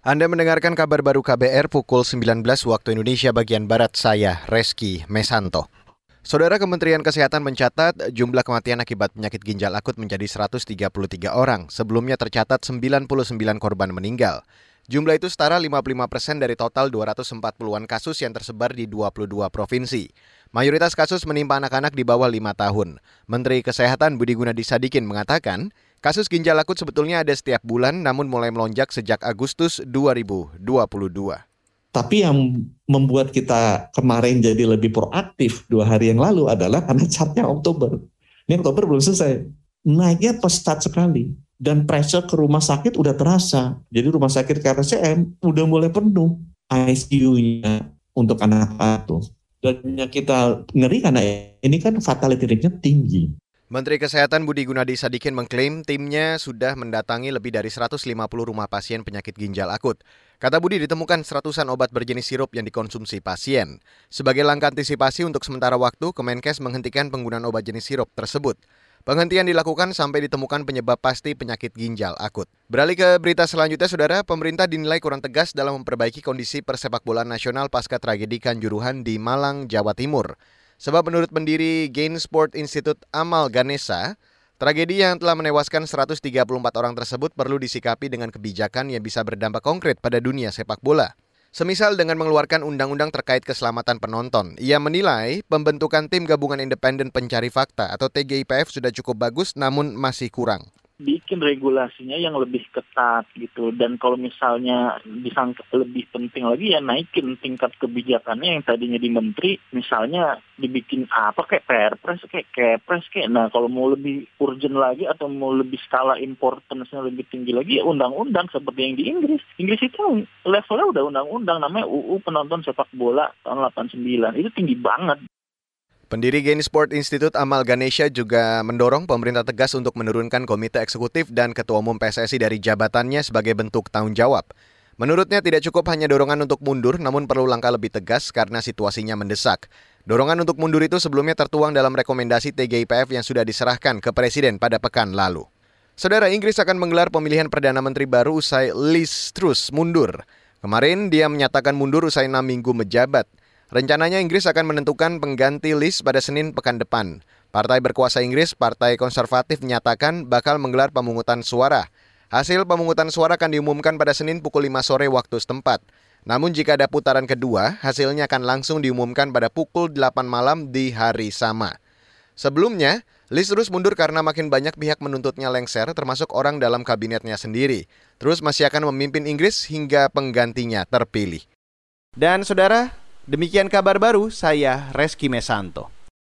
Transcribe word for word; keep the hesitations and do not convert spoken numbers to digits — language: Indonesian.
Anda mendengarkan kabar baru K B R pukul sembilan belas waktu Indonesia bagian Barat, saya Reski Mesanto. Saudara, Kementerian Kesehatan mencatat jumlah kematian akibat penyakit ginjal akut menjadi seratus tiga puluh tiga orang. Sebelumnya tercatat sembilan puluh sembilan korban meninggal. Jumlah itu setara lima puluh lima persen dari total dua ratus empat puluhan kasus yang tersebar di dua puluh dua provinsi. Mayoritas kasus menimpa anak-anak di bawah lima tahun. Menteri Kesehatan Budi Gunadi Sadikin mengatakan, kasus ginjal akut sebetulnya ada setiap bulan, namun mulai melonjak sejak Agustus dua ribu dua puluh dua. Tapi yang membuat kita kemarin jadi lebih proaktif dua hari yang lalu adalah karena chartnya Oktober. Ini Oktober belum selesai. Naiknya pesat sekali. Dan pressure ke rumah sakit udah terasa. Jadi rumah sakit K R S C M udah mulai penuh I C U-nya untuk anak-anak tuh. Dan yang kita ngeri karena ini kan fatality rate-nya tinggi. Menteri Kesehatan Budi Gunadi Sadikin mengklaim timnya sudah mendatangi lebih dari seratus lima puluh rumah pasien penyakit ginjal akut. Kata Budi, ditemukan seratusan obat berjenis sirup yang dikonsumsi pasien. Sebagai langkah antisipasi untuk sementara waktu, Kemenkes menghentikan penggunaan obat jenis sirup tersebut. Penghentian dilakukan sampai ditemukan penyebab pasti penyakit ginjal akut. Beralih ke berita selanjutnya, Saudara, pemerintah dinilai kurang tegas dalam memperbaiki kondisi persepakbolaan nasional pasca tragedi Kanjuruhan di Malang, Jawa Timur. Sebab menurut pendiri Gain Sport Institute Amal Ganesha, tragedi yang telah menewaskan seratus tiga puluh empat orang tersebut perlu disikapi dengan kebijakan yang bisa berdampak konkret pada dunia sepak bola. Semisal dengan mengeluarkan undang-undang terkait keselamatan penonton. Ia menilai pembentukan tim gabungan independen pencari fakta atau T G I P F sudah cukup bagus namun masih kurang. Bikin regulasinya yang lebih ketat gitu, dan kalau misalnya disangka lebih penting lagi ya naikin tingkat kebijakannya yang tadinya di menteri, misalnya dibikin apa kayak Perpres, kayak Kepres, kayak nah kalau mau lebih urgent lagi atau mau lebih skala importance-nya lebih tinggi lagi ya undang-undang seperti yang di Inggris. Inggris itu levelnya udah undang-undang namanya U U Penonton Sepak Bola tahun delapan puluh sembilan, itu tinggi banget. Pendiri Gain Sport Institute Amal Ganesha juga mendorong pemerintah tegas untuk menurunkan komite eksekutif dan ketua umum P S S I dari jabatannya sebagai bentuk tanggung jawab. Menurutnya tidak cukup hanya dorongan untuk mundur, namun perlu langkah lebih tegas karena situasinya mendesak. Dorongan untuk mundur itu sebelumnya tertuang dalam rekomendasi T G I P F yang sudah diserahkan ke Presiden pada pekan lalu. Saudara, Inggris akan menggelar pemilihan Perdana Menteri baru usai Liz Truss mundur. Kemarin dia menyatakan mundur usai enam minggu menjabat. Rencananya Inggris akan menentukan pengganti Liz pada Senin pekan depan. Partai berkuasa Inggris, Partai Konservatif, menyatakan bakal menggelar pemungutan suara. Hasil pemungutan suara akan diumumkan pada Senin pukul lima sore waktu setempat. Namun jika ada putaran kedua, hasilnya akan langsung diumumkan pada pukul delapan malam di hari sama. Sebelumnya, Liz terus mundur karena makin banyak pihak menuntutnya lengser, termasuk orang dalam kabinetnya sendiri. Terus masih akan memimpin Inggris hingga penggantinya terpilih. Dan saudara, demikian kabar baru, saya Reski Mesanto.